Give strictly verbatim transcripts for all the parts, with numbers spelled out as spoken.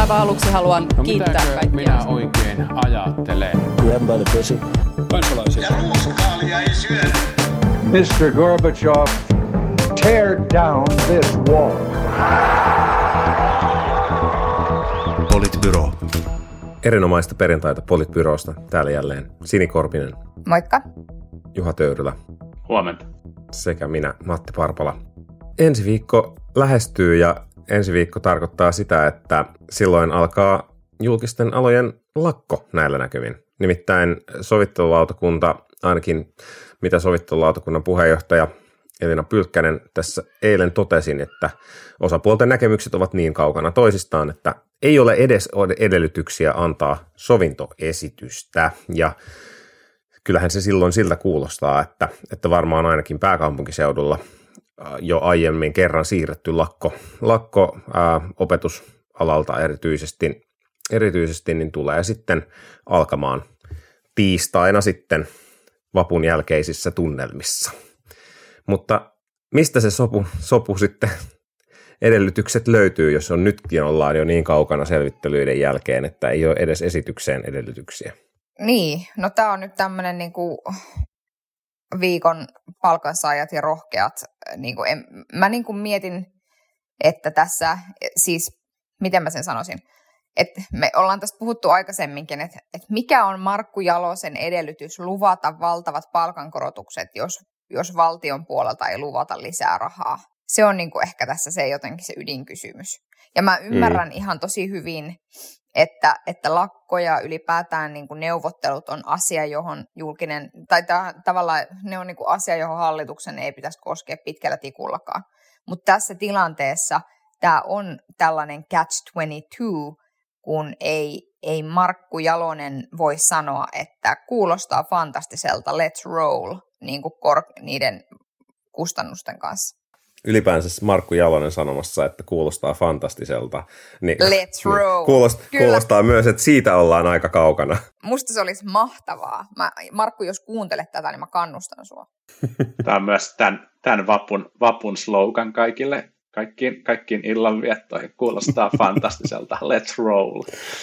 aivan aluksi haluan no, kiittää kaikkia. minä oikein ajattelen? Grab by the pussy. Kansalaisia. Ja ruuskaalia ei syödä. mister Gorbachev, tear down this wall. Politbyro. Erinomaista perjantaita Politbyrosta. Täällä jälleen Sini Korpinen. Moikka. Juha Töyrylä. Huomenta. Sekä minä, Matti Parpala. Ensi viikko lähestyy ja ensi viikko tarkoittaa sitä, että silloin alkaa julkisten alojen lakko näillä näkymin. Nimittäin sovittelulautakunta, ainakin mitä sovittelulautakunnan puheenjohtaja Elina Pylkkänen tässä eilen totesin, että osapuolten näkemykset ovat niin kaukana toisistaan, että ei ole edes edellytyksiä antaa sovintoesitystä. Ja kyllähän se silloin siltä kuulostaa, että, että varmaan ainakin pääkaupunkiseudulla jo aiemmin kerran siirretty lakko, lakko ää, opetusalalta erityisesti, erityisesti niin tulee sitten alkamaan tiistaina sitten vapun jälkeisissä tunnelmissa. Mutta mistä se sopu, sopu sitten edellytykset löytyy, jos on nytkin ollaan jo niin kaukana selvittelyiden jälkeen, että ei ole edes esitykseen edellytyksiä? Niin, no tämä on nyt tämmöinen niinku viikon palkansaajat ja rohkeat. Niinku, en, mä niinku mietin, että tässä, siis miten mä sen sanoisin, että me ollaan tästä puhuttu aikaisemminkin, että, että mikä on Markku Jalosen edellytys luvata valtavat palkankorotukset, jos, jos valtion puolelta ei luvata lisää rahaa. Se on niinku ehkä tässä se jotenkin se ydinkysymys. Ja mä ymmärrän mm. ihan tosi hyvin, että, että lakko ja ylipäätään niin kuin neuvottelut on asia, johon julkinen, tai ta, tavallaan ne on niin kuin asia, johon hallituksen ei pitäisi koskea pitkällä tikullakaan. Mutta tässä tilanteessa tämä on tällainen catch kaksikymmentäkaksi, kun ei, ei Markku Jalonen voi sanoa, että kuulostaa fantastiselta, let's roll, niin kuin kor- niiden kustannusten kanssa. Ylipäänsä Markku Jalonen sanomassa, että kuulostaa fantastiselta. Niin, let's roll. Kuulostaa, kuulostaa myös, että siitä ollaan aika kaukana. Musta se olisi mahtavaa. Mä, Markku, jos kuuntelet tätä, niin mä kannustan sua. Tämä on myös tämän, tämän vapun, vapun slogan kaikille, kaikkiin, kaikkiin illanviettoihin. Kuulostaa fantastiselta. Let's roll.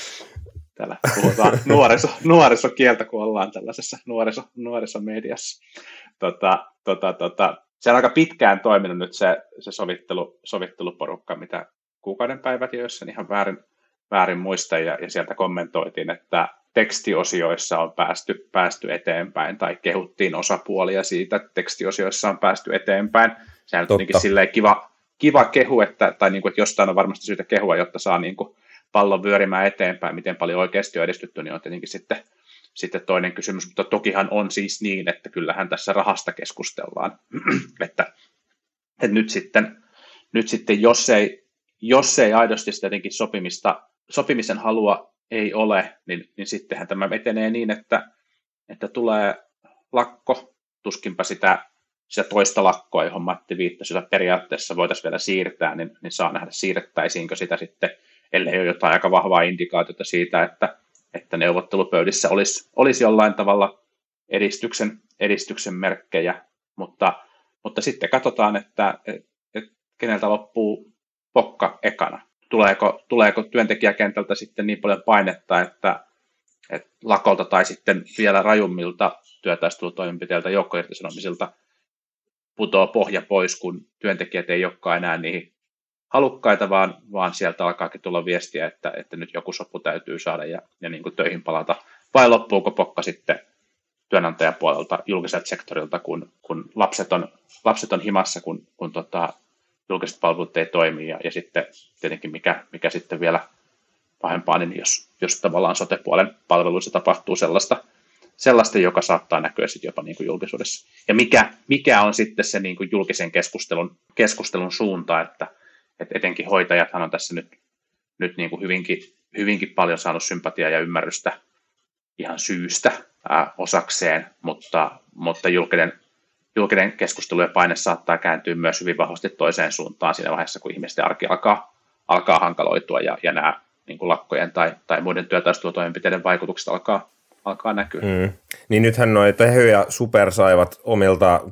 Täällä puhutaan nuoriso, nuorisokieltä, kun ollaan tällaisessa nuoriso, nuorisomediassa. Tota, tota, tota. Se on aika pitkään toiminut nyt se, se sovittelu, sovitteluporukka, mitä kuukauden päivät, joissa ihan väärin, väärin muista, ja, ja sieltä kommentoitiin, että tekstiosioissa on päästy, päästy eteenpäin, tai kehuttiin osapuolia siitä, että tekstiosioissa on päästy eteenpäin. Sehän on tietenkin silleen kiva, kiva kehu, että, tai niin kuin, että jostain on varmasti syytä kehua, jotta saa niin kuin pallon vyörimään eteenpäin. Miten paljon oikeasti on edistytty, niin on tietenkin sitten Sitten toinen kysymys, mutta tokihan on siis niin, että kyllähän tässä rahasta keskustellaan, että, että nyt sitten, nyt sitten jos, ei, jos ei aidosti sitä jotenkin sopimista, sopimisen halua ei ole, niin, niin sittenhän tämä etenee niin, että, että tulee lakko, tuskinpa sitä, sitä toista lakkoa, johon Matti viittasi, jota periaatteessa voitaisiin vielä siirtää, niin, niin saa nähdä siirrettäisiinkö sitä sitten, ellei ole jotain aika vahvaa indikaatiota siitä, että että neuvottelupöydissä olisi, olisi jollain tavalla edistyksen, edistyksen merkkejä, mutta, mutta sitten katsotaan, että et, et keneltä loppuu pokka ekana. Tuleeko, tuleeko työntekijäkentältä sitten niin paljon painetta, että, että lakolta tai sitten vielä rajummilta työtaistelutoimenpiteiltä, joukkoirtisanomisilta putoaa pohja pois, kun työntekijät ei olekaan enää niihin halukkaita, vaan, vaan sieltä alkaakin tulla viestiä, että, että nyt joku sopu täytyy saada ja, ja niin kuin töihin palata. Vai loppuuko pokka sitten työnantajapuolelta, julkiselta sektorilta, kun, kun lapset, on, lapset on himassa, kun, kun tota, julkiset palvelut ei toimi. Ja, ja sitten tietenkin mikä, mikä sitten vielä pahempaa, niin jos, jos tavallaan sote-puolen palveluissa tapahtuu sellaista, sellaista joka saattaa näkyä sitten jopa niin kuin julkisuudessa. Ja mikä, mikä on sitten se niin kuin julkisen keskustelun, keskustelun suunta, että Et etenkin hoitajathan on tässä nyt, nyt niin kuin hyvinkin, hyvinkin paljon saanut sympatiaa ja ymmärrystä ihan syystä ää, osakseen, mutta, mutta julkinen, julkinen keskustelu ja paine saattaa kääntyä myös hyvin vahvasti toiseen suuntaan siinä vaiheessa, kun ihmisten arki alkaa, alkaa hankaloitua ja, ja nämä niin kuin lakkojen tai, tai muiden työtaistelutoimenpiteiden vaikutukset alkaa, alkaa näkyä. Mm. Niin nythän noi Tehy ja Super saivat omilta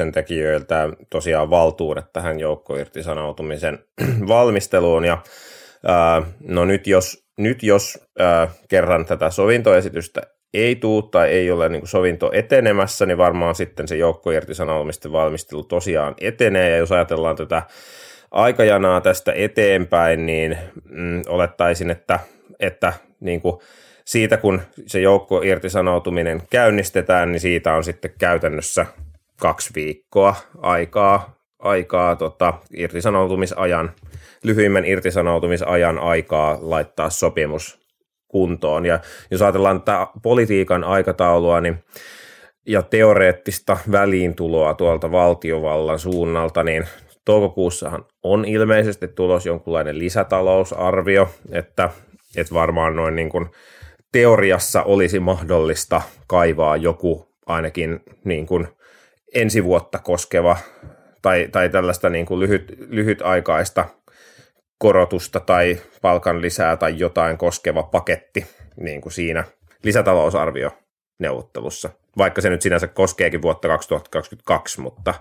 päätöksentekijöiltä tosiaan valtuudet tähän joukkoirtisanoutumisen valmisteluun, ja Ää, no nyt jos, nyt jos ää, kerran tätä sovintoesitystä ei tule tai ei ole niin kuin sovinto etenemässä, niin varmaan sitten se joukkoirtisanomisten valmistelu tosiaan etenee, ja jos ajatellaan tätä aikajanaa tästä eteenpäin, niin mm, olettaisin, että, että niin kuin siitä kun se joukkoirtisanoutuminen käynnistetään, niin siitä on sitten käytännössä kaksi viikkoa aikaa, aikaa tota, irtisanoutumisajan, lyhyimmän irtisanoutumisajan aikaa laittaa sopimus kuntoon. Ja jos ajatellaan tätä politiikan aikataulua niin, ja teoreettista väliintuloa tuolta valtiovallan suunnalta, niin toukokuussahan on ilmeisesti tulos jonkunlainen lisätalousarvio, että, että varmaan noin niin kuin teoriassa olisi mahdollista kaivaa joku ainakin niin kuin ensi vuotta koskeva tai, tai tällaista niin kuin lyhyt, lyhytaikaista korotusta tai palkan lisää tai jotain koskeva paketti niin kuin siinä lisätalousarvioneuvottelussa, vaikka se nyt sinänsä koskeekin vuotta kaksituhattakaksikymmentäkaksi, mutta,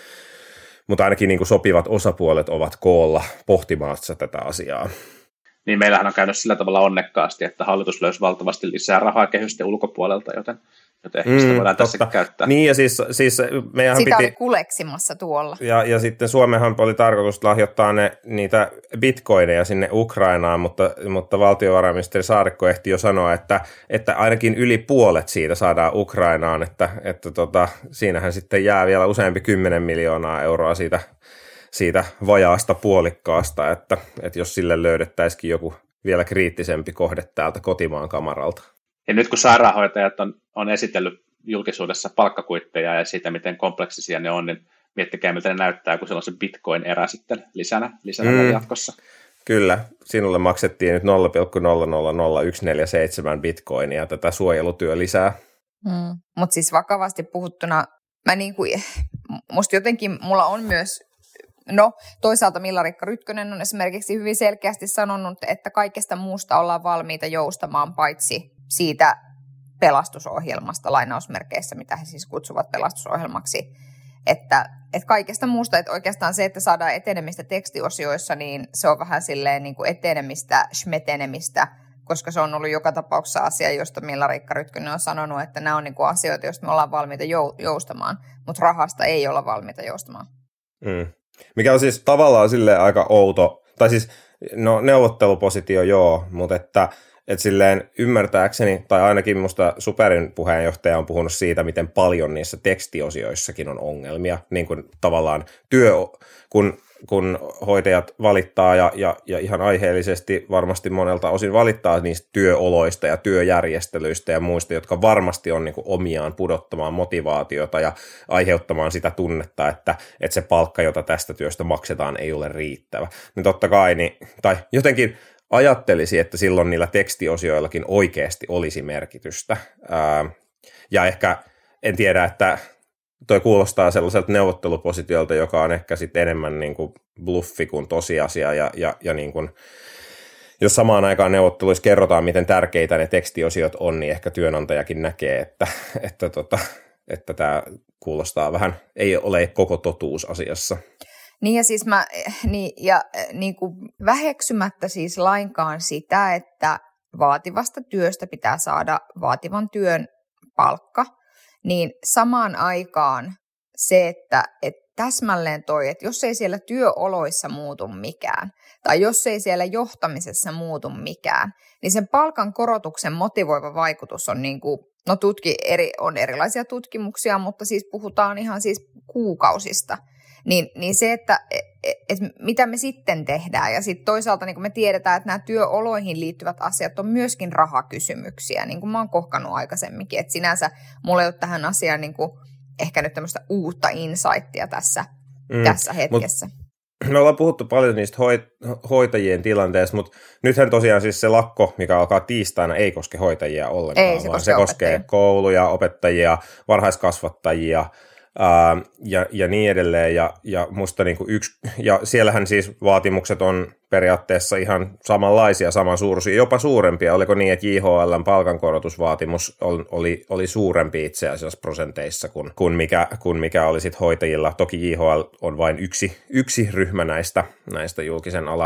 mutta ainakin niin kuin sopivat osapuolet ovat koolla pohtimassa tätä asiaa. Niin meillähän on käynyt sillä tavalla onnekkaasti, että hallitus löysi valtavasti lisää rahaa kehysten ulkopuolelta, joten, joten ehkä sitä voidaan mm, tässä käyttää. Niin ja siis, siis meidän sitä piti... oli kuleksimassa tuolla. Ja, ja sitten Suomenhan oli tarkoitus lahjoittaa ne, niitä bitcoineja sinne Ukrainaan, mutta, mutta valtiovarainministeri Saarikko ehti jo sanoa, että, että ainakin yli puolet siitä saadaan Ukrainaan, että, että tota, siinähän sitten jää vielä useampi kymmenen miljoonaa euroa siitä siitä vajaasta puolikkaasta, että, että jos sille löydettäisikin joku vielä kriittisempi kohde täältä kotimaan kamaralta. Ja nyt kun sairaanhoitajat on, on esitellyt julkisuudessa palkkakuitteja ja siitä, miten kompleksisia ne on, niin miettikää, miltä ne näyttää, kun siellä on se bitcoin-erä sitten lisänä, lisänä mm. jatkossa. Kyllä, sinulle maksettiin nyt nolla pilkku nolla nolla nolla yksi neljä seitsemän bitcoinia tätä suojelutyö lisää. Mm. Mutta siis vakavasti puhuttuna, mä niinku, musta jotenkin mulla on myös No, toisaalta Milla-Riikka Rytkönen on esimerkiksi hyvin selkeästi sanonut, että kaikesta muusta ollaan valmiita joustamaan paitsi siitä pelastusohjelmasta, lainausmerkeissä, mitä he siis kutsuvat pelastusohjelmaksi. Että, että kaikesta muusta, että oikeastaan se, että saadaan etenemistä tekstiosioissa, niin se on vähän silleen niin kuin etenemistä, schmetenemistä, koska se on ollut joka tapauksessa asia, josta Milla-Riikka Rytkönen on sanonut, että nämä on niin kuin asioita, joista me ollaan valmiita joustamaan, mutta rahasta ei olla valmiita joustamaan. Mm. Mikä on siis tavallaan silleen aika outo, tai siis no neuvottelupositio joo, mutta että, että silleen ymmärtääkseni, tai ainakin musta Superin puheenjohtaja on puhunut siitä, miten paljon niissä tekstiosioissakin on ongelmia, niin kuin tavallaan työ, kun, kun hoitajat valittaa ja, ja, ja ihan aiheellisesti varmasti monelta osin valittaa niistä työoloista ja työjärjestelyistä ja muista, jotka varmasti on niin kuin omiaan pudottamaan motivaatiota ja aiheuttamaan sitä tunnetta, että, että se palkka, jota tästä työstä maksetaan, ei ole riittävä. Niin totta kai, niin, tai jotenkin ajattelisi, että silloin niillä tekstiosioillakin oikeasti olisi merkitystä. Ää, ja ehkä en tiedä, että toi kuulostaa sellaiselta neuvottelupositiolta, joka on ehkä sitten enemmän niin kuin bluffi kuin tosiasia, ja, ja, ja niin kuin, jos samaan aikaan neuvotteluissa kerrotaan, miten tärkeitä ne tekstiosiot on, niin ehkä työnantajakin näkee, että, että, tota, että tämä kuulostaa vähän, ei ole koko totuus asiassa. Niin ja siis mä, niin, ja niin kuin väheksymättä siis lainkaan sitä, että vaativasta työstä pitää saada vaativan työn palkka, niin samaan aikaan se, että, että täsmälleen toi, että jos ei siellä työoloissa muutu mikään, tai jos ei siellä johtamisessa muutu mikään, niin sen palkan korotuksen motivoiva vaikutus on niin kuin, no tutki, eri, on erilaisia tutkimuksia, mutta siis puhutaan ihan siis kuukausista. Niin, niin se, että et, et mitä me sitten tehdään, ja sitten toisaalta niin kuin me tiedetään, että nämä työoloihin liittyvät asiat on myöskin rahakysymyksiä, niin kuin mä oon kohkannut aikaisemminkin, että sinänsä mulla ei ole tähän asiaan niin kuin ehkä nyt tämmöistä uutta insightia tässä, mm, tässä hetkessä. Mut me ollaan puhuttu paljon niistä hoit- hoitajien tilanteesta, mutta nythän tosiaan siis se lakko, mikä alkaa tiistaina, ei koske hoitajia ollenkaan, ei, se vaan koskee se koskee kouluja, opettajia, varhaiskasvattajia, Ää, ja, ja niin edelleen, ja, ja, musta niinku yksi, ja siellähän siis vaatimukset on periaatteessa ihan samanlaisia, samansuuruisia, jopa suurempia. Oliko niin, että J H L:n palkankorotusvaatimus oli, oli suurempi itse asiassa prosenteissa kuin, kuin, mikä, kuin mikä oli sit hoitajilla. Toki J H L on vain yksi, yksi ryhmä näistä, näistä julkisen alan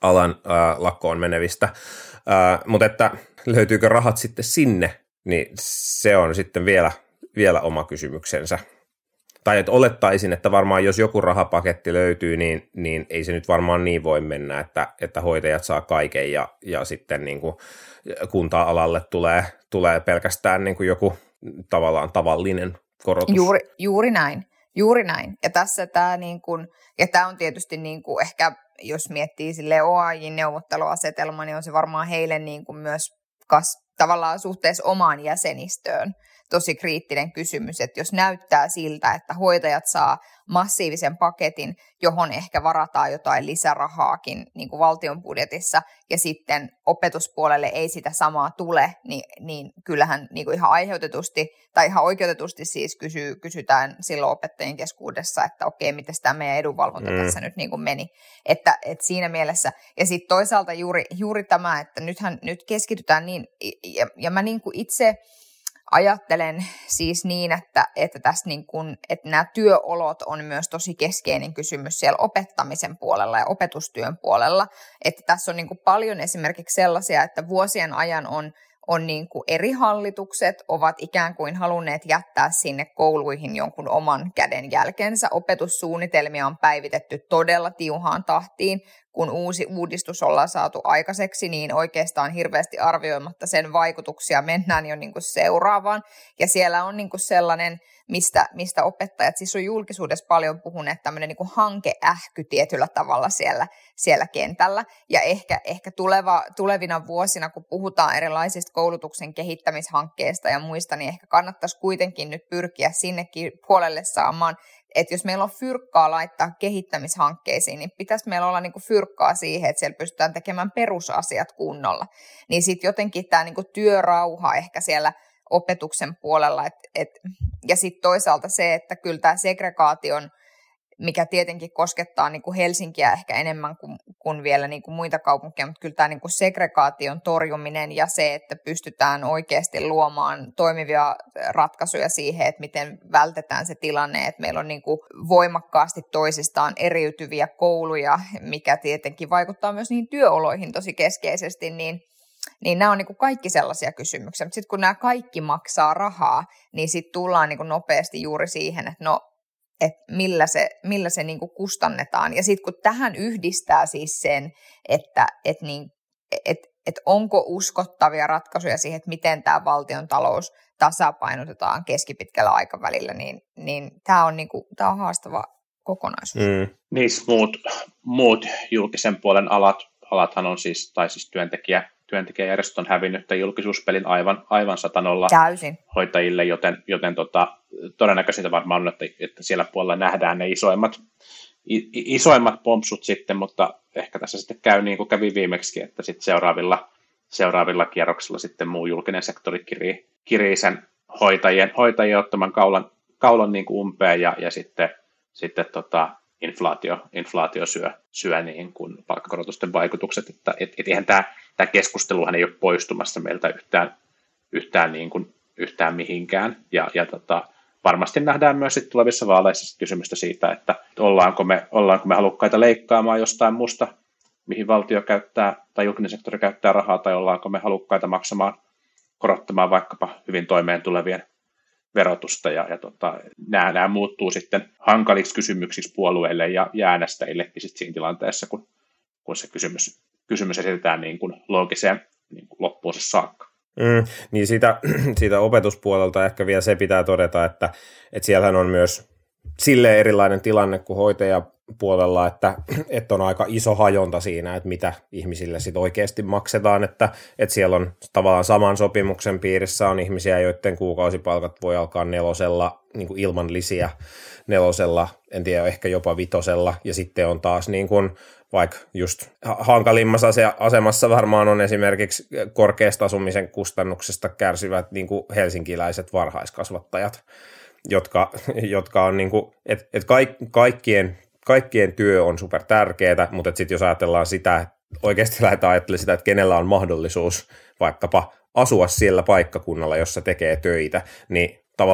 alan ää, lakkoon menevistä, ää, mutta että löytyykö rahat sitten sinne, niin se on sitten vielä, vielä oma kysymyksensä. Tai että olettaisin, että varmaan jos joku rahapaketti löytyy, niin, niin ei se nyt varmaan niin voi mennä, että, että hoitajat saa kaiken ja, ja sitten niin kuin kunta-alalle tulee, tulee pelkästään niin kuin joku tavallaan tavallinen korotus. Juuri, juuri näin, juuri näin. Ja tässä tämä niin kuin, ja tämä on tietysti niin kuin ehkä, jos miettii sille O A J-neuvotteluasetelma, niin on se varmaan heille niin kuin myös kas, tavallaan suhteessa omaan jäsenistöön tosi kriittinen kysymys, että jos näyttää siltä, että hoitajat saa massiivisen paketin, johon ehkä varataan jotain lisärahaakin niin kuin valtion budjetissa, ja sitten opetuspuolelle ei sitä samaa tule, niin, niin kyllähän niin kuin ihan aiheutetusti, tai ihan oikeutetusti siis kysyy, kysytään silloin opettajien keskuudessa, että okei, miten tämä meidän edunvalvonta mm. tässä nyt niin kuin meni. Että, että siinä mielessä, ja sitten toisaalta juuri, juuri tämä, että nythän nyt keskitytään niin, ja, ja mä niin kuin itse ajattelen siis niin, että, että, tässä niin kun, että nämä työolot on myös tosi keskeinen kysymys siellä opettamisen puolella ja opetustyön puolella. Että tässä on niin kuin paljon esimerkiksi sellaisia, että vuosien ajan on, on niin kuin eri hallitukset ovat ikään kuin halunneet jättää sinne kouluihin jonkun oman käden jälkensä. Opetussuunnitelmia on päivitetty todella tiuhaan tahtiin. Kun uusi uudistus ollaan saatu aikaiseksi, niin oikeastaan hirveästi arvioimatta sen vaikutuksia mennään jo niin kuin seuraavaan. Ja siellä on niin kuin sellainen, mistä, mistä opettajat siis on julkisuudessa paljon puhuneet, tämmöinen niin kuin hankeähky tietyllä tavalla siellä, siellä kentällä. Ja ehkä, ehkä tuleva, tulevina vuosina, kun puhutaan erilaisista koulutuksen kehittämishankkeista ja muista, niin ehkä kannattaisi kuitenkin nyt pyrkiä sinnekin puolelle saamaan, että jos meillä on fyrkkaa laittaa kehittämishankkeisiin, niin pitäisi meillä olla niinku fyrkkaa siihen, että siellä pystytään tekemään perusasiat kunnolla. Niin sitten jotenkin tämä niinku työrauha ehkä siellä opetuksen puolella. Et, et, ja sitten toisaalta se, että kyllä tämä segregaation, mikä tietenkin koskettaa niinku Helsinkiä ehkä enemmän kuin, kuin vielä niinku muita kaupunkeja, mutta kyllä tämä niinku segregaation torjuminen ja se, että pystytään oikeasti luomaan toimivia ratkaisuja siihen, että miten vältetään se tilanne, että meillä on niinku voimakkaasti toisistaan eriytyviä kouluja, mikä tietenkin vaikuttaa myös niihin työoloihin tosi keskeisesti, niin Niin nämä on niin kuin kaikki sellaisia kysymyksiä, mutta sitten kun nämä kaikki maksaa rahaa, niin sitten tullaan niin kuin nopeasti juuri siihen, että no, että millä se, millä se niin kuin kustannetaan. Ja sitten kun tähän yhdistää siis sen, että et niin, et, et onko uskottavia ratkaisuja siihen, että miten tämä valtion talous tasapainotetaan keskipitkällä aikavälillä, niin, niin tämä on, niin kuin, tämä on haastava kokonaisuus. Mm. Niissä muut, muut julkisen puolen alat, alathan on siis, tai siis työntekijä, työntekijäjärjestö on hävinnyt tämän julkisuuspelin aivan, aivan satanolla Täysin. hoitajille, joten, joten tota, todennäköisintä varmaan on, että, että siellä puolella nähdään ne isoimmat, i, isoimmat pompsut sitten, mutta ehkä tässä sitten käy niin kuin kävi viimeksi, että sitten seuraavilla, seuraavilla kierroksilla sitten muu julkinen sektori kirii, kirii sen hoitajien, hoitajien ottaman kaulan, kaulan niin kuin umpeen ja, ja sitten, sitten tota, inflaatio, inflaatio syö, syö niin kuin palkkakorotusten vaikutukset, että et, et eihän tämä Tämä keskusteluhan ei ole poistumassa meiltä yhtään, yhtään, niin kuin, yhtään mihinkään. Ja, ja tota, varmasti nähdään myös sit tulevissa vaaleissa kysymystä siitä, että ollaanko me, ollaanko me halukkaita leikkaamaan jostain muusta, mihin valtio käyttää tai julkinen sektori käyttää rahaa, tai ollaanko me halukkaita maksamaan, korottamaan vaikkapa hyvin toimeen tulevien verotusta. Ja, ja tota, nämä, nämä muuttuu sitten hankaliksi kysymyksiksi puolueille ja, ja äänestäjillekin sit siinä tilanteessa, kun, kun se kysymys Kysymys esitetään niin kuin loogiseen niin kuin loppuunsa saakka. Mm, niin siitä, siitä opetuspuolelta ehkä vielä se pitää todeta, että, että siellähän on myös silleen erilainen tilanne kuin hoitajapuolella, että, että on aika iso hajonta siinä, että mitä ihmisille sit oikeasti maksetaan, että, että siellä on tavallaan saman sopimuksen piirissä on ihmisiä, joiden kuukausipalkat voi alkaa nelosella niin kuin ilman lisiä, nelosella, en tiedä, ehkä jopa vitosella, ja sitten on taas niin kuin vaikka just hankalimmassa asemassa varmaan on esimerkiksi korkeasta asumisen kustannuksesta kärsivät niin kuin helsinkiläiset varhaiskasvattajat, jotka, jotka on niin kuin, et, et kaik, kaikkien, kaikkien työ on super tärkeää, mutta sitten jos ajatellaan sitä, että oikeasti lähdetään ajattelemaan sitä, että kenellä on mahdollisuus vaikkapa asua siellä paikkakunnalla, jossa tekee töitä, niin tavallaan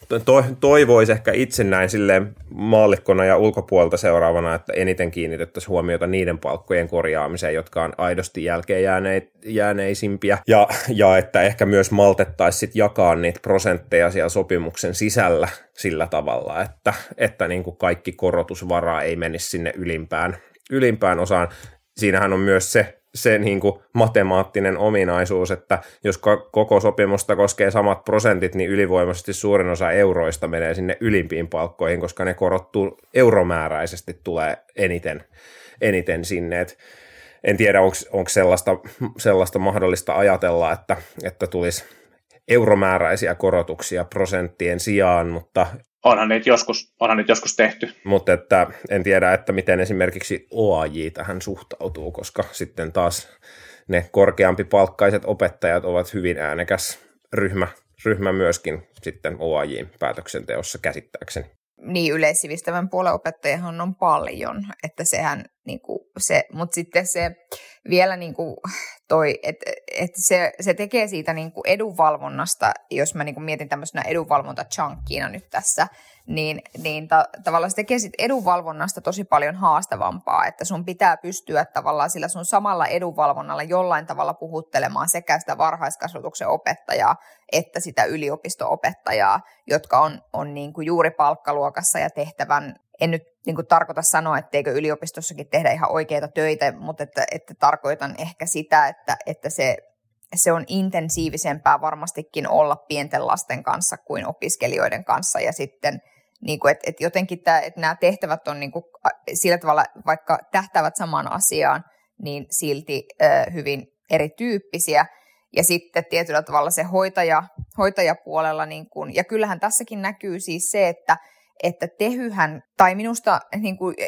to, toivoisi ehkä itse näin silleen maallikkona ja ulkopuolelta seuraavana, että eniten kiinnitettäisiin huomiota niiden palkkojen korjaamiseen, jotka on aidosti jälkeen jääneit, jääneisimpiä, ja, ja että ehkä myös maltettaisiin sit jakaa niitä prosentteja siellä sopimuksen sisällä sillä tavalla, että, että niin kuin kaikki korotusvara ei menisi sinne ylimpään, ylimpään osaan. Siinähän on myös se, se niin kuin matemaattinen ominaisuus, että jos koko sopimusta koskee samat prosentit, niin ylivoimaisesti suurin osa euroista menee sinne ylimpiin palkkoihin, koska ne korottuu euromääräisesti, tulee eniten, eniten sinne. Et en tiedä, onko sellaista, sellaista mahdollista ajatella, että, että tulisi euromääräisiä korotuksia prosenttien sijaan, mutta Onhan niitä joskus, onhan niitä joskus tehty. Mutta että en tiedä, että miten esimerkiksi O A J tähän suhtautuu, koska sitten taas ne korkeampi palkkaiset opettajat ovat hyvin äänekäs ryhmä, ryhmä myöskin sitten O A J:n päätöksenteossa käsittääkseni. Niin, yleissivistävän puolen opettajahan on paljon, että sehän, niinku, se, mutta sitten se vielä niinku toi, että et se, se tekee siitä niinku edunvalvonnasta, jos mä niinku mietin tämmöisenä edunvalvonta-chunkkiina nyt tässä, niin, niin ta, tavallaan se tekee siitä edunvalvonnasta tosi paljon haastavampaa, että sun pitää pystyä tavallaan sillä sun samalla edunvalvonnalla jollain tavalla puhuttelemaan sekä sitä varhaiskasvatuksen opettajaa että sitä yliopisto-opettajaa, jotka on, on niinku juuri palkkaluokassa ja tehtävän. En nyt niin kuin tarkoita sanoa, etteikö yliopistossakin tehdä ihan oikeita töitä, mutta että, että tarkoitan ehkä sitä, että, että se, se on intensiivisempää varmastikin olla pienten lasten kanssa kuin opiskelijoiden kanssa. Ja sitten, niin kuin, että, että jotenkin tämä, että nämä tehtävät on niin kuin, sillä tavalla, vaikka tähtäävät samaan asiaan, niin silti äh, hyvin erityyppisiä. Ja sitten tietyllä tavalla se hoitaja, hoitajapuolella, niin kuin, ja kyllähän tässäkin näkyy siis se, että että Tehyhän, tai minusta niin kuin,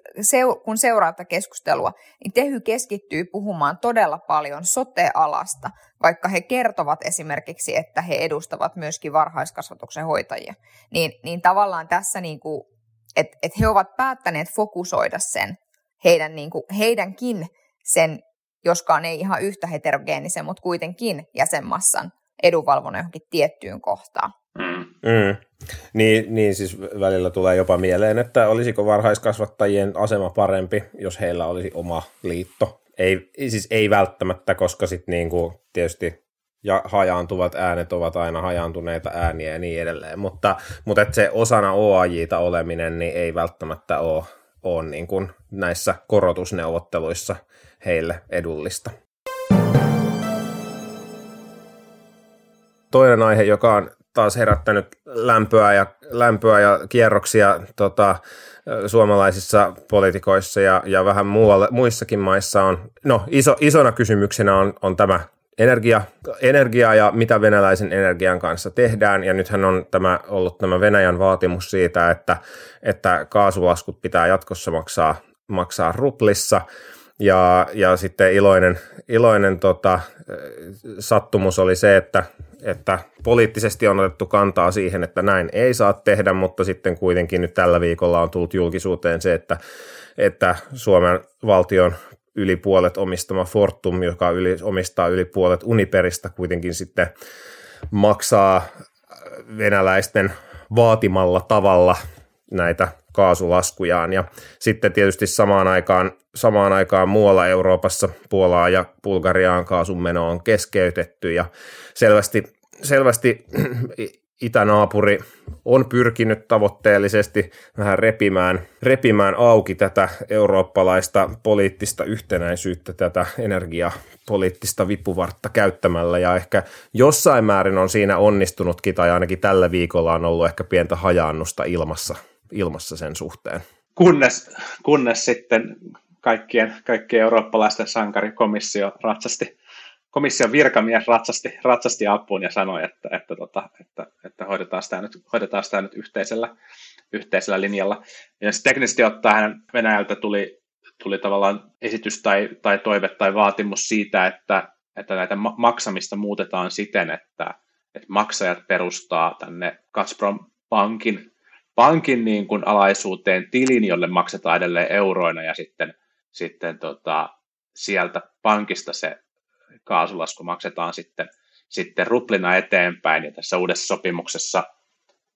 kun seuraa tätä keskustelua, niin Tehy keskittyy puhumaan todella paljon sote-alasta, vaikka he kertovat esimerkiksi, että he edustavat myöskin varhaiskasvatuksen hoitajia. Niin, niin tavallaan tässä, niin kuin, että, että he ovat päättäneet fokusoida sen, heidän, niin kuin, heidänkin sen, joskaan ei ihan yhtä heterogeenisen, mutta kuitenkin jäsenmassan edunvalvonnan johonkin tiettyyn kohtaan. Mm. Mm. Niin, niin siis välillä tulee jopa mieleen, että olisiko varhaiskasvattajien asema parempi, jos heillä olisi oma liitto. Ei, siis ei välttämättä, koska sitten niinku tietysti ja hajaantuvat äänet ovat aina hajaantuneita ääniä ja niin edelleen, mutta, mutta että se osana O A J:tä oleminen niin ei välttämättä ole, ole niin kuin näissä korotusneuvotteluissa heille edullista. Toinen aihe, joka on taas herättänyt lämpöä ja, lämpöä ja kierroksia tota, suomalaisissa poliitikoissa ja, ja vähän muualla, muissakin maissa on, no iso, isona kysymyksenä on, on tämä energia, energia ja mitä venäläisen energian kanssa tehdään, ja nythän on tämä, ollut tämä Venäjän vaatimus siitä, että, että kaasulaskut pitää jatkossa maksaa, maksaa ruplissa. Ja, ja sitten iloinen, iloinen tota, sattumus oli se, että, että poliittisesti on otettu kantaa siihen, että näin ei saa tehdä, mutta sitten kuitenkin nyt tällä viikolla on tullut julkisuuteen se, että, että Suomen valtion yli puolet omistama Fortum, joka yli, omistaa yli puolet Uniperistä, kuitenkin sitten maksaa venäläisten vaatimalla tavalla näitä kaasulaskujaan, ja sitten tietysti samaan aikaan, samaan aikaan muualla Euroopassa Puolaa ja Bulgariaan kaasunmeno on keskeytetty, ja selvästi, selvästi itänaapuri on pyrkinyt tavoitteellisesti vähän repimään, repimään auki tätä eurooppalaista poliittista yhtenäisyyttä, tätä energiapoliittista vipuvartta käyttämällä, ja ehkä jossain määrin on siinä onnistunutkin, tai ainakin tällä viikolla on ollut ehkä pientä hajaannusta ilmassa, ilmassa sen suhteen. Kunnes, kunnes sitten kaikkien, kaikkien eurooppalaisten sankarikomissio ratsasti, komission virkamies ratsasti, ratsasti apuun ja sanoi, että, että, että, että, että hoidetaan sitä nyt, hoidetaan sitä nyt yhteisellä, yhteisellä linjalla. Ja teknisesti ottaen Venäjältä tuli, tuli tavallaan esitys tai, tai toive tai vaatimus siitä, että, että näitä maksamista muutetaan siten, että, että maksajat perustaa tänne Gazprom-pankin pankin niin kuin alaisuuteen tilin, jolle maksetaan edelleen euroina, ja sitten, sitten tota, sieltä pankista se kaasulasku maksetaan sitten, sitten ruplina eteenpäin, ja tässä uudessa sopimuksessa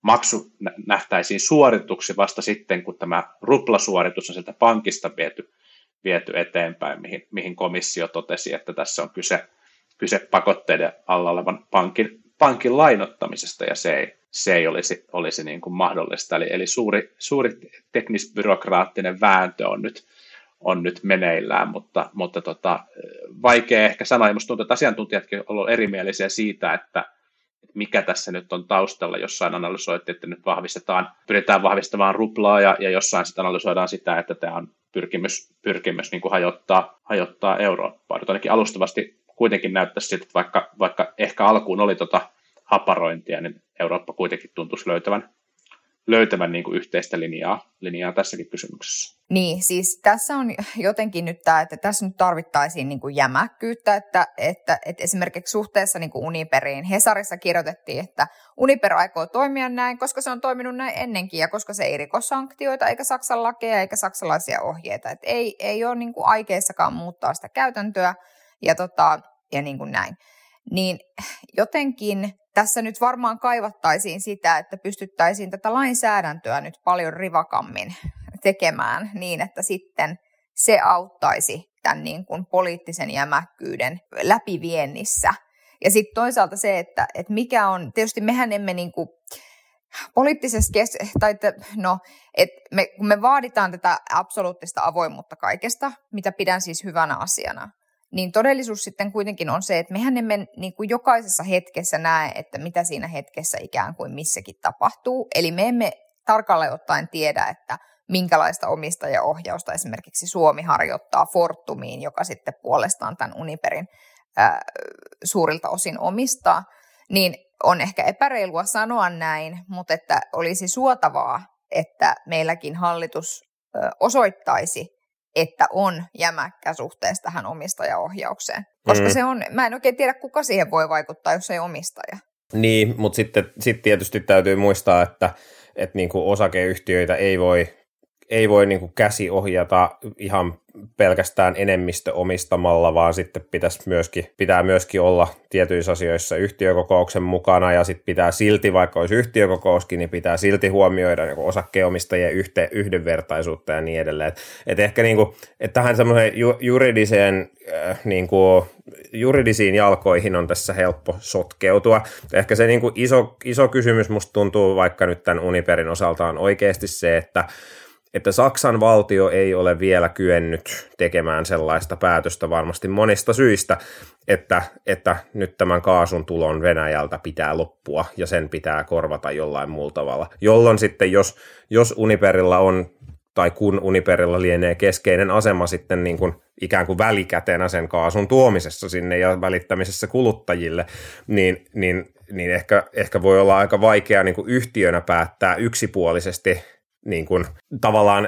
maksu nähtäisiin suorituksi vasta sitten, kun tämä ruplasuoritus on sieltä pankista viety, viety eteenpäin, mihin, mihin komissio totesi, että tässä on kyse, kyse pakotteiden alla olevan pankin, pankin lainottamisesta, ja se ei, se ei olisi, olisi niin kuin mahdollista. Eli, eli suuri, suuri teknisbyrokraattinen vääntö on nyt, on nyt meneillään, mutta, mutta tota, vaikea ehkä sanoa, ja minusta tuntuu, että asiantuntijatkin ovat olleet erimielisiä siitä, että mikä tässä nyt on taustalla. Jossain analysoitiin, että nyt vahvistetaan, pyritään vahvistamaan ruplaa, ja, ja jossain sitten analysoidaan sitä, että tämä on pyrkimys, pyrkimys niin kuin hajottaa, hajottaa Eurooppaa. Nyt ainakin alustavasti kuitenkin näyttäisi siltä, että vaikka, vaikka ehkä alkuun oli tota haparointia, niin Eurooppa kuitenkin tuntuisi löytävän, löytävän niin kuin yhteistä linjaa, linjaa tässäkin kysymyksessä. Niin, siis tässä on jotenkin nyt tämä, että tässä nyt tarvittaisiin niin kuin jämäkkyyttä, että, että, että esimerkiksi suhteessa niin kuin Uniperiin Hesarissa kirjoitettiin, että Uniper aikoo toimia näin, koska se on toiminut näin ennenkin ja koska se ei riko sanktioita eikä Saksan lakeja eikä saksalaisia ohjeita. Että ei, ei ole niin kuin aikeissakaan muuttaa sitä käytäntöä ja, tota, ja niin kuin näin. Niin jotenkin tässä nyt varmaan kaivattaisiin sitä, että pystyttäisiin tätä lainsäädäntöä nyt paljon rivakammin tekemään niin, että sitten se auttaisi tämän niin kuin poliittisen jämäkkyyden läpiviennissä. Ja sitten toisaalta se, että, että mikä on, tietysti mehän emme niin kuin poliittisessa, kes- tai että, no, että me, kun me vaaditaan tätä absoluuttista avoimuutta kaikesta, mitä pidän siis hyvänä asiana, niin todellisuus sitten kuitenkin on se, että mehän emme niin kuin jokaisessa hetkessä näe, että mitä siinä hetkessä ikään kuin missäkin tapahtuu. Eli me emme tarkalleen ottaen tiedä, että minkälaista omistajaohjausta esimerkiksi Suomi harjoittaa Fortumiin, joka sitten puolestaan tämän Uniperin ää, suurilta osin omistaa. Niin on ehkä epäreilua sanoa näin, mutta että olisi suotavaa, että meilläkin hallitus ää, osoittaisi, että on jämäkkä suhteessa tähän omistajaohjaukseen. Koska mm. se on, mä en oikein tiedä, kuka siihen voi vaikuttaa, jos ei omistaja. Niin, mutta sitten sit tietysti täytyy muistaa, että, että niinku osakeyhtiöitä ei voi, ei voi niinku käsi ohjata ihan pelkästään enemmistö omistamalla, vaan sitten pitäisi myöskin, pitää myöskin olla tietyissä asioissa yhtiökokouksen mukana, ja sitten pitää silti, vaikka olisi yhtiökokouskin, niin pitää silti huomioida niin osakkeenomistajien yhte, yhdenvertaisuutta ja niin edelleen. Et, et ehkä niin kuin, et tähän semmoiseen ju, juridiseen, äh, niin kuin, juridisiin jalkoihin on tässä helppo sotkeutua. Ehkä se niin kuin iso, iso kysymys musta tuntuu vaikka nyt tämän Uniperin osalta on oikeasti se, että että Saksan valtio ei ole vielä kyennyt tekemään sellaista päätöstä varmasti monista syistä, että, että nyt tämän kaasun tulon Venäjältä pitää loppua ja sen pitää korvata jollain muulla tavalla. Jolloin sitten, jos, jos Uniperilla on, tai kun Uniperilla lienee keskeinen asema sitten niin kuin ikään kuin välikätenä sen kaasun tuomisessa sinne ja välittämisessä kuluttajille, niin, niin, niin ehkä, ehkä voi olla aika vaikea niin kuin yhtiönä päättää yksipuolisesti niin kuin tavallaan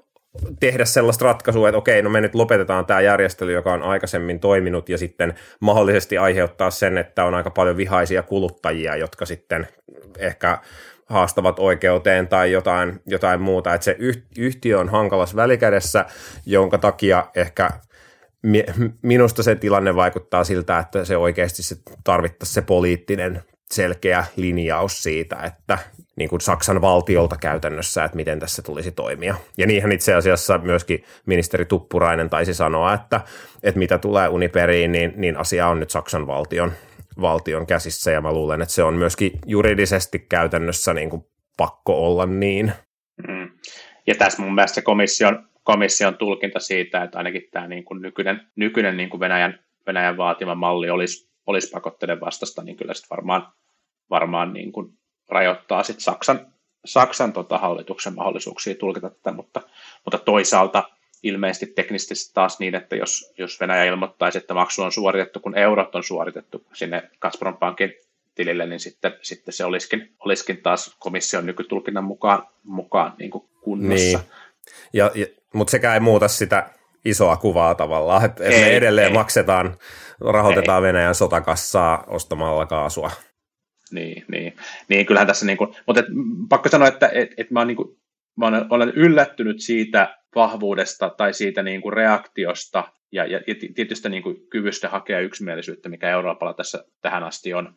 tehdä sellaista ratkaisua, että okei, no me nyt lopetetaan tämä järjestely, joka on aikaisemmin toiminut, ja sitten mahdollisesti aiheuttaa sen, että on aika paljon vihaisia kuluttajia, jotka sitten ehkä haastavat oikeuteen tai jotain, jotain muuta. Että se yhtiö on hankalassa välikädessä, jonka takia ehkä minusta se tilanne vaikuttaa siltä, että se oikeasti se tarvittaisi se poliittinen selkeä linjaus siitä, että niin kuin Saksan valtiolta käytännössä, että miten tässä tulisi toimia. Ja niinhän itse asiassa myöskin ministeri Tuppurainen taisi sanoa, että, että mitä tulee Uniperiin, niin, niin asia on nyt Saksan valtion, valtion käsissä, ja mä luulen, että se on myöskin juridisesti käytännössä niin kuin pakko olla niin. Mm. Ja tässä mun mielestä komission, komission tulkinta siitä, että ainakin tämä niin kuin nykyinen, nykyinen niin kuin Venäjän, Venäjän vaatima malli olisi, olisi pakotteiden vastasta, niin kyllä sitten varmaan, varmaan niin kuin rajoittaa sit Saksan, Saksan tota hallituksen mahdollisuuksia tulkita tätä, mutta, mutta toisaalta ilmeisesti teknisesti taas niin, että jos, jos Venäjä ilmoittaisi, että maksu on suoritettu, kun eurot on suoritettu sinne Gazprompankin tilille, niin sitten, sitten se olisikin, olisikin taas komission nykytulkinnan mukaan, mukaan niin kuin kunnossa. Niin. Ja, ja, mutta sekään ei muuta sitä isoa kuvaa tavallaan, että et me edelleen ei. maksetaan, rahoitetaan ei. Venäjän sotakassaa ostamalla kaasua. Niin, niin. niin kyllähän tässä, niin kuin, mutta et, pakko sanoa, että et, et mä, niin kuin, mä olen yllättynyt siitä vahvuudesta tai siitä niin kuin reaktiosta ja, ja tietystä niin kuin kyvystä hakea yksimielisyyttä, mikä Euroopalla tässä tähän asti on,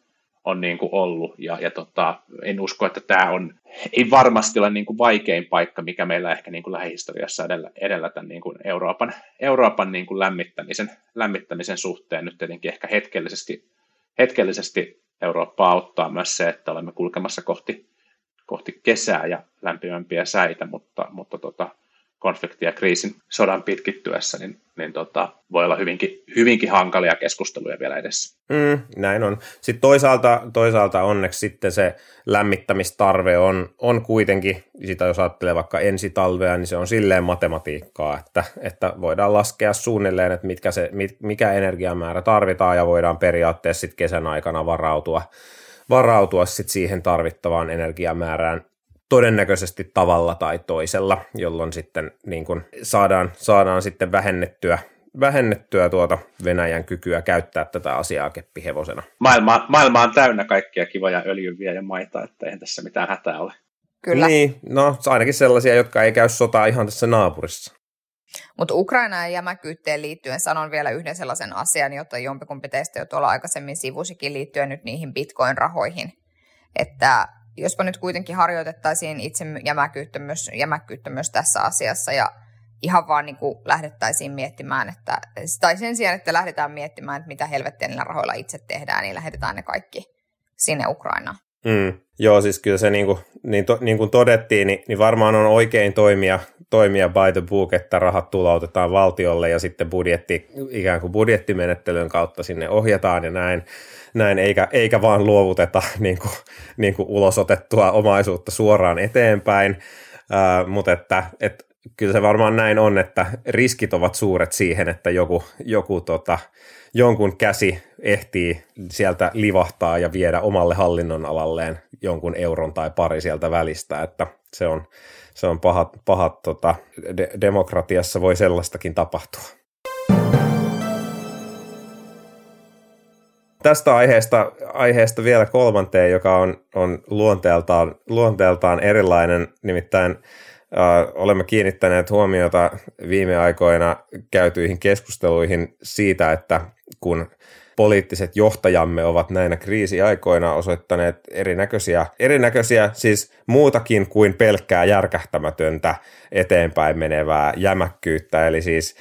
on niin kuin ollut, ja, ja tota, en usko, että tämä on, ei varmasti ole niin kuin vaikein paikka, mikä meillä ehkä niin kuin lähihistoriassa edellä, edellä tämän niin kuin Euroopan, Euroopan niin kuin lämmittämisen, lämmittämisen suhteen. Nyt tietenkin ehkä hetkellisesti, hetkellisesti Eurooppaa auttaa myös se, että olemme kulkemassa kohti, kohti kesää ja lämpimämpiä säitä, mutta, mutta tota, konfliktin ja kriisin sodan pitkittyessä, niin, niin tota, voi olla hyvinkin, hyvinkin hankalia keskusteluja vielä edessä. Mm, näin on. Sitten toisaalta, toisaalta onneksi sitten se lämmittämistarve on, on kuitenkin, sitä jos ajattelee vaikka ensi talvea, niin se on silleen matematiikkaa, että, että voidaan laskea suunnilleen, että mitkä se, mikä energiamäärä tarvitaan ja voidaan periaatteessa sitten kesän aikana varautua, varautua sitten siihen tarvittavaan energiamäärään todennäköisesti tavalla tai toisella, jolloin sitten niin kuin saadaan, saadaan sitten vähennettyä, vähennettyä tuota Venäjän kykyä käyttää tätä asiaa keppihevosena. Maailma, maailma on täynnä kaikkia kivoja öljyviä ja maita, että eihän tässä mitään hätää ole. Kyllä. Niin, no ainakin sellaisia, jotka ei käy sotaa ihan tässä naapurissa. Mutta Ukraina ja jämäkkyyteen liittyen sanon vielä yhden sellaisen asian, jota jompikumpi teistä jo tuolla aikaisemmin sivusikin liittyen nyt niihin bitcoin-rahoihin, että jospa nyt kuitenkin harjoitettaisiin itse jämäkkyyttä myös, jämäkkyyttä myös tässä asiassa ja ihan vaan niin kuin lähdettäisiin miettimään, että, tai sen sijaan, että lähdetään miettimään, että mitä helvettiä niillä rahoilla itse tehdään, niin lähetetään ne kaikki sinne Ukrainaan. Mm, joo, siis kyllä se niin kuin, niin, to, niin kuin todettiin, niin, niin varmaan on oikein toimia, toimia by the book, että rahat tuloutetaan valtiolle ja sitten budjetti, ikään kuin budjettimenettelyn kautta sinne ohjataan ja näin, näin eikä, eikä vaan luovuteta niin kuin, niin kuin ulosotettua omaisuutta suoraan eteenpäin, äh, mutta että et, kyllä se varmaan näin on, että riskit ovat suuret siihen, että joku, joku tota, jonkun käsi ehtii sieltä livahtaa ja viedä omalle hallinnonalalleen jonkun euron tai pari sieltä välistä, että se on, se on pahat, pahat tota, de- demokratiassa voi sellaistakin tapahtua. Tästä aiheesta, aiheesta vielä kolmanteen, joka on, on luonteeltaan, luonteeltaan erilainen, nimittäin Uh, olemme kiinnittäneet huomiota viime aikoina käytyihin keskusteluihin siitä, että kun poliittiset johtajamme ovat näinä kriisiaikoina osoittaneet erinäköisiä, erinäköisiä siis muutakin kuin pelkkää järkähtämätöntä eteenpäin menevää jämäkkyyttä, eli siis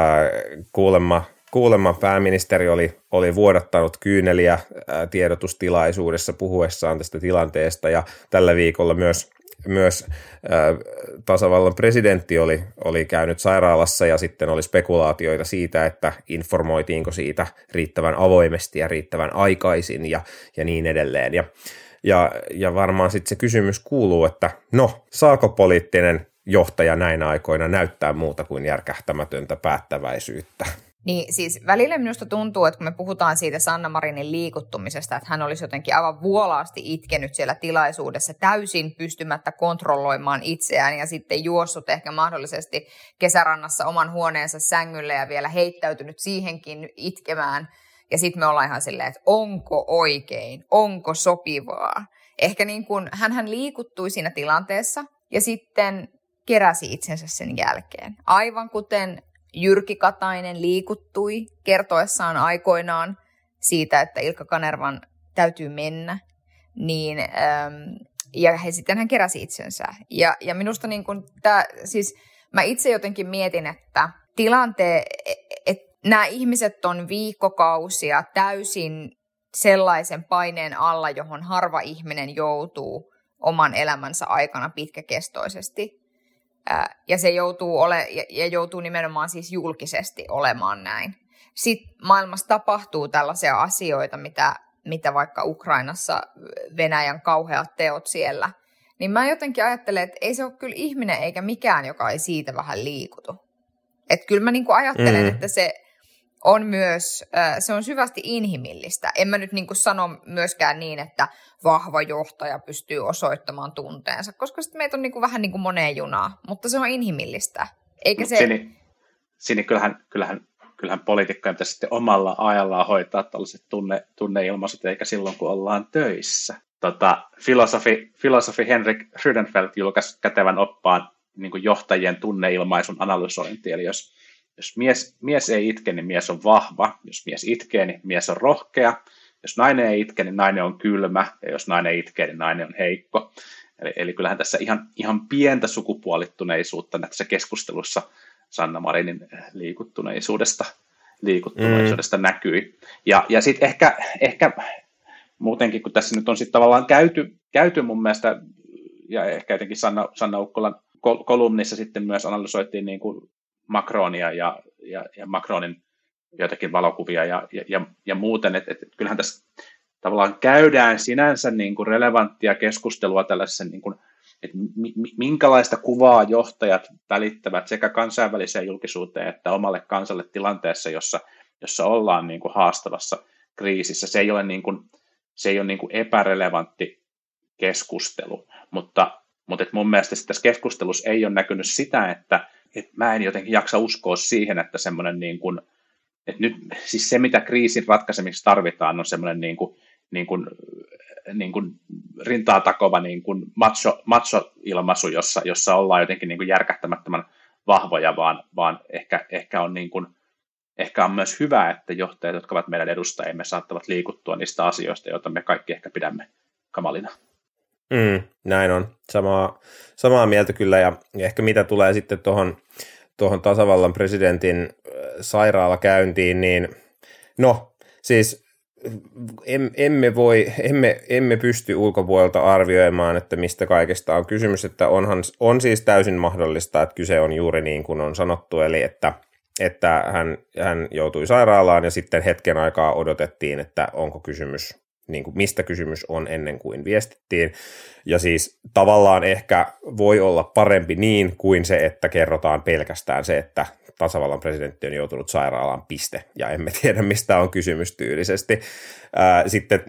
uh, kuulemma Kuulemma pääministeri oli, oli vuodattanut kyyneliä ää, tiedotustilaisuudessa puhuessaan tästä tilanteesta ja tällä viikolla myös, myös ää, tasavallan presidentti oli, oli käynyt sairaalassa ja sitten oli spekulaatioita siitä, että informoitiinko siitä riittävän avoimesti ja riittävän aikaisin ja, ja niin edelleen. Ja, ja, ja varmaan sitten se kysymys kuuluu, että no, saako poliittinen johtaja näinä aikoina näyttää muuta kuin järkähtämätöntä päättäväisyyttä? Niin siis välillä minusta tuntuu, että kun me puhutaan siitä Sanna Marinin liikuttumisesta, että hän olisi jotenkin aivan vuolaasti itkenyt siellä tilaisuudessa täysin pystymättä kontrolloimaan itseään ja sitten juossut ehkä mahdollisesti kesärannassa oman huoneensa sängylle ja vielä heittäytynyt siihenkin itkemään. Ja sitten me ollaan ihan silleen, että onko oikein, onko sopivaa. Ehkä niin kuin hänhän liikuttui siinä tilanteessa ja sitten keräsi itsensä sen jälkeen. Aivan kuten Jyrki Katainen liikuttui kertoessaan aikoinaan siitä, että Ilkka Kanervan täytyy mennä, niin, äm, ja he, sitten hän keräsi itsensä. Ja, ja minusta niin kun tää, siis mä itse jotenkin mietin, että tilanteen, että nämä ihmiset on viikkokausia täysin sellaisen paineen alla, johon harva ihminen joutuu oman elämänsä aikana pitkäkestoisesti. Ja se joutuu, ole, ja joutuu nimenomaan siis julkisesti olemaan näin. Sitten maailmassa tapahtuu tällaisia asioita, mitä, mitä vaikka Ukrainassa Venäjän kauheat teot siellä. Niin mä jotenkin ajattelen, että ei se ole kyllä ihminen eikä mikään, joka ei siitä vähän liikutu. Että kyllä mä niinku ajattelen, mm. että se on myös, se on syvästi inhimillistä. En mä nyt niinku sano myöskään niin, että vahva johtaja pystyy osoittamaan tunteensa, koska sitten meitä on niinku vähän niin kuin moneen junaan, mutta se on inhimillistä. Eikä se... Sini, Sini kyllähän, kyllähän, kyllähän poliitikkojen pitäisi sitten omalla ajallaan hoitaa tällaiset tunne, tunneilmaisut, eikä silloin, kun ollaan töissä. Tota, filosofi, filosofi Henrik Freudenfeld julkaisi kätevän oppaan niin kuin johtajien tunneilmaisun analysointi, eli jos Jos mies, mies ei itke, niin mies on vahva. Jos mies itkee, niin mies on rohkea. jos nainen ei itke, niin nainen on kylmä, ja jos nainen itkee, niin nainen on heikko. Eli, eli kyllähän tässä ihan, ihan pientä sukupuolittuneisuutta tässä keskustelussa Sanna Marinin liikuttuneisuudesta, liikuttuneisuudesta mm. näkyi. Ja, ja sitten ehkä, ehkä muutenkin, kun tässä nyt on sitten tavallaan käyty, käyty mun mielestä, ja ehkä jotenkin Sanna, Sanna Ukkolan kolumnissa sitten myös analysoitiin niin kuin Macronia ja, ja, ja Macronin joitakin valokuvia ja, ja, ja muuten, että et, kyllähän tässä tavallaan käydään sinänsä niin kuin relevanttia keskustelua tällaisen, niin kuin, että minkälaista kuvaa johtajat välittävät sekä kansainväliseen julkisuuteen että omalle kansalle tilanteessa, jossa, jossa ollaan niin kuin haastavassa kriisissä. Se ei ole, niin kuin, se ei ole niin kuin epärelevantti keskustelu, mutta, mutta että mun mielestä tässä keskustelussa ei ole näkynyt sitä, että, että mä en jotenkin jaksa uskoa siihen, että semmoinen niin kuin, että nyt siis se, mitä kriisin ratkaisemiseksi tarvitaan, on semmoinen niin kuin, niin kuin, niin kuin rintaa takova niin kuin macho, macho-ilmaisu, jossa, jossa ollaan jotenkin niin kuin järkähtämättömän vahvoja, vaan, vaan ehkä, ehkä, on niin kuin, ehkä on myös hyvä, että johtajat, jotka ovat meidän edustajimme, saattavat liikuttua niistä asioista, joita me kaikki ehkä pidämme kamalina. Mm, näin on. Samaa, samaa mieltä kyllä, ja ehkä mitä tulee sitten tuohon tuohon tasavallan presidentin sairaalakäyntiin, niin no siis em, emme voi, emme, emme pysty ulkopuolelta arvioimaan, että mistä kaikesta on kysymys, että onhan, on siis täysin mahdollista, että kyse on juuri niin kuin on sanottu, eli että, että hän, hän joutui sairaalaan ja sitten hetken aikaa odotettiin, että onko kysymys, niin kuin mistä kysymys on ennen kuin viestittiin, ja siis tavallaan ehkä voi olla parempi niin kuin se, että kerrotaan pelkästään se, että tasavallan presidentti on joutunut sairaalaan, piste, ja emme tiedä, mistä on kysymys tyylisesti. Ää, sitten,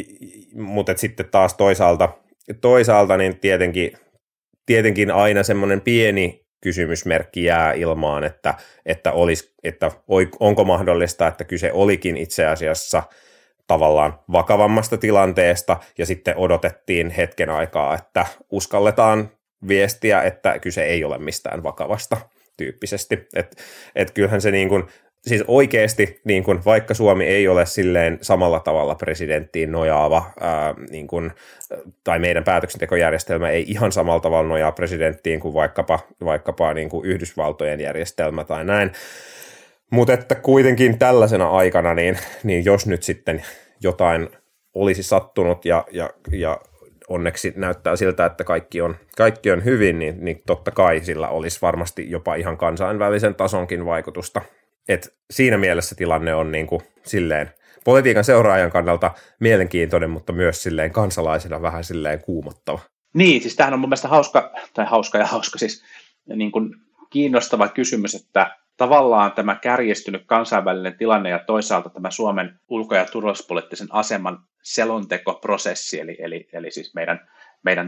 mutta sitten taas toisaalta, toisaalta niin tietenkin, tietenkin aina semmoinen pieni kysymysmerkki jää ilmaan, että, että, olisi, että onko mahdollista, että kyse olikin itse asiassa tavallaan vakavammasta tilanteesta, ja sitten odotettiin hetken aikaa, että uskalletaan viestiä, että kyse ei ole mistään vakavasta tyyppisesti. Että et kyllähän se niin kuin, siis oikeasti, niin kuin, vaikka Suomi ei ole silleen samalla tavalla presidenttiin nojaava, ää, niin kuin, tai meidän päätöksentekojärjestelmä ei ihan samalla tavalla nojaa presidenttiin kuin vaikkapa, vaikkapa niin kuin Yhdysvaltojen järjestelmä tai näin, mutta että kuitenkin tällaisena aikana, niin, niin jos nyt sitten jotain olisi sattunut ja, ja, ja onneksi näyttää siltä, että kaikki on, kaikki on hyvin, niin, niin totta kai sillä olisi varmasti jopa ihan kansainvälisen tasonkin vaikutusta. Et siinä mielessä tilanne on niin kuin silleen politiikan seuraajan kannalta mielenkiintoinen, mutta myös silleen kansalaisena vähän silleen kuumottava. Niin, siis tämähän on mun mielestä hauska, tai hauska ja hauska, siis niin kuin kiinnostava kysymys, että tavallaan tämä kärjistynyt kansainvälinen tilanne ja toisaalta tämä Suomen ulko- ja turvallisuuspoliittisen aseman selontekoprosessi, eli, eli, eli siis meidän, meidän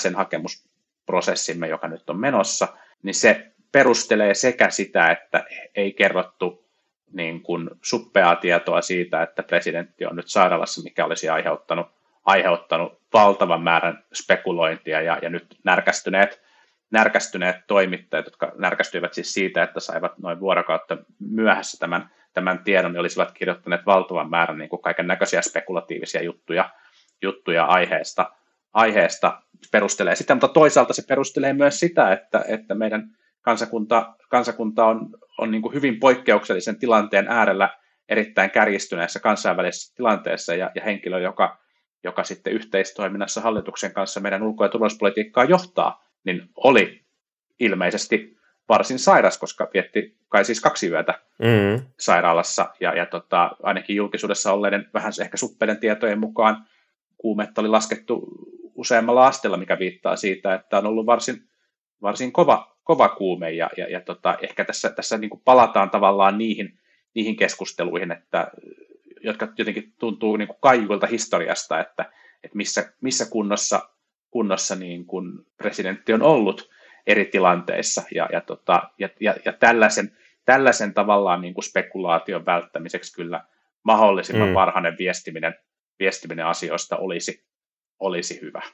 NATO-jäsenhakemusprosessimme, joka nyt on menossa, niin se perustelee sekä sitä, että ei kerrottu niin kuin suppeaa tietoa siitä, että presidentti on nyt sairaalassa, mikä olisi aiheuttanut, aiheuttanut valtavan määrän spekulointia ja, ja nyt närkästyneet närkästyneet toimittajat, jotka närkästyivät siis siitä, että saivat noin vuorokautta myöhässä tämän, tämän tiedon, niin olisivat kirjoittaneet valtavan määrän niin kuin kaiken näköisiä spekulatiivisia juttuja, juttuja aiheesta, aiheesta perustelee sitä, mutta toisaalta se perustelee myös sitä, että, että meidän kansakunta, kansakunta on, on niin kuin hyvin poikkeuksellisen tilanteen äärellä erittäin kärjistyneessä kansainvälisessä tilanteessa, ja, ja henkilö, joka, joka sitten yhteistoiminnassa hallituksen kanssa meidän ulko- ja turvallisuuspolitiikkaa johtaa, niin oli ilmeisesti varsin sairas, koska vietti kai siis kaksi yötä mm. sairaalassa, ja, ja tota, ainakin julkisuudessa olleiden vähän ehkä suppeiden tietojen mukaan kuumetta oli laskettu useammalla asteella, mikä viittaa siitä, että on ollut varsin, varsin kova, kova kuume, ja, ja, ja tota, ehkä tässä, tässä niin kuin palataan tavallaan niihin, niihin keskusteluihin, että, jotka jotenkin tuntuu niin kuin kaiuilta historiasta, että, että missä, missä kunnossa kunnossa niin kuin presidentti on ollut eri tilanteissa, ja, ja, tota, ja, ja, ja tällaisen, tällaisen tavallaan niin kuin spekulaation välttämiseksi kyllä mahdollisimman mm. varhainen viestiminen, viestiminen asioista olisi, olisi hyvä.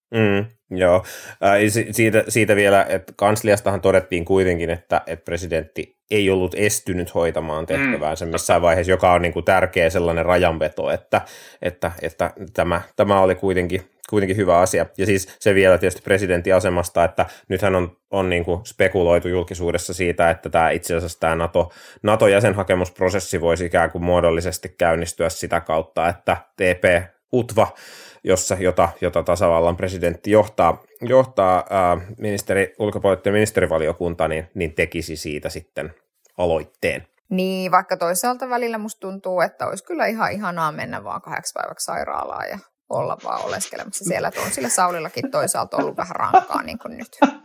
Mm, joo, äh, siitä, siitä vielä, että kansliastahan todettiin kuitenkin, että, että presidentti ei ollut estynyt hoitamaan tehtäväänsä mm. missään vaiheessa, joka on niin kuin tärkeä sellainen rajanveto, että, että, että tämä, tämä oli kuitenkin, kuitenkin hyvä asia. Ja siis se vielä tietysti presidentin asemasta, että nythän on, on niin kuin spekuloitu julkisuudessa siitä, että tämä itse asiassa tämä NATO, NATO-jäsenhakemusprosessi voisi ikään kuin muodollisesti käynnistyä sitä kautta, että T P-U T V A, jossa, jota, jota tasavallan presidentti johtaa, johtaa ää, ministeri, ulkopoliittinen ministerivaliokunta, niin, niin tekisi siitä sitten aloitteen. Niin, vaikka toisaalta välillä musta tuntuu, että olisi kyllä ihan ihanaa mennä vaan kahdeksi päiväksi sairaalaan ja olla vaan oleskelemassa siellä, että on sillä Saulillakin toisaalta ollut vähän rankkaa niin kuin nyt.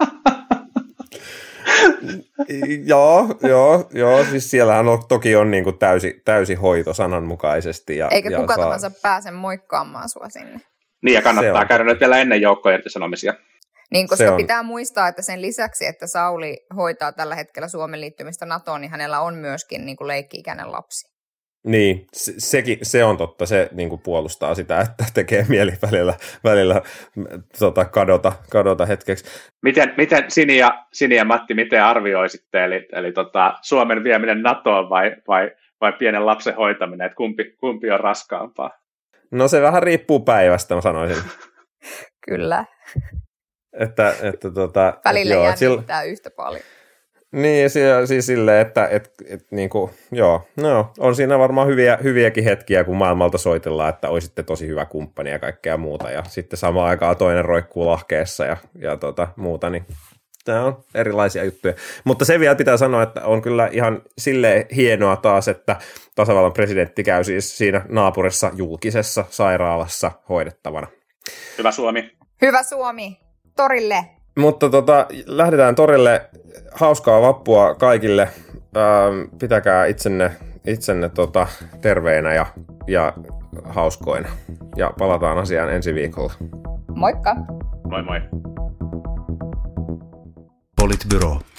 joo, joo, joo, siis siellähän on, toki on niin kuin täysi, täysi hoito sananmukaisesti. Ja, eikä ja kuka saa... tahansa pääse moikkaamaan sua sinne. Niin, ja kannattaa käydä nyt vielä ennen joukkoirtisanomisia. Niin, koska pitää muistaa, että sen lisäksi, että Sauli hoitaa tällä hetkellä Suomen liittymistä NATOon, niin hänellä on myöskin niin kuin leikki-ikäinen lapsi. Niin, se, sekin, se on totta, se niin kuin puolustaa sitä, että tekee mieli välillä, välillä tota, kadota, kadota hetkeksi. Miten, miten Sini, ja, Sini ja Matti, miten arvioisitte, eli, eli tota, Suomen vieminen NATOon vai, vai, vai pienen lapsen hoitaminen, että kumpi, kumpi on raskaampaa? No se vähän riippuu päivästä, mä sanoisin. Kyllä. Että, että, tota, välillä et, joo, jännittää sillä... yhtä paljon. Niin, siis silleen, että et, et, niin kuin, joo, no, on siinä varmaan hyviä, hyviäkin hetkiä, kun maailmalta soitellaan, että olisitte tosi hyvä kumppani ja kaikkea muuta, ja sitten samaan aikaan toinen roikkuu lahkeessa ja, ja tota, muuta, niin tämä on erilaisia juttuja. Mutta se vielä pitää sanoa, että on kyllä ihan silleen hienoa taas, että tasavallan presidentti käy siis siinä naapurissa julkisessa sairaalassa hoidettavana. Hyvä Suomi. Hyvä Suomi. Torille. Mutta tota, lähdetään torille. Hauskaa vappua kaikille. Ähm, pitäkää itsenne, itsenne tota, terveinä ja, ja hauskoina. Ja palataan asiaan ensi viikolla. Moikka. Moi moi. Politbyro.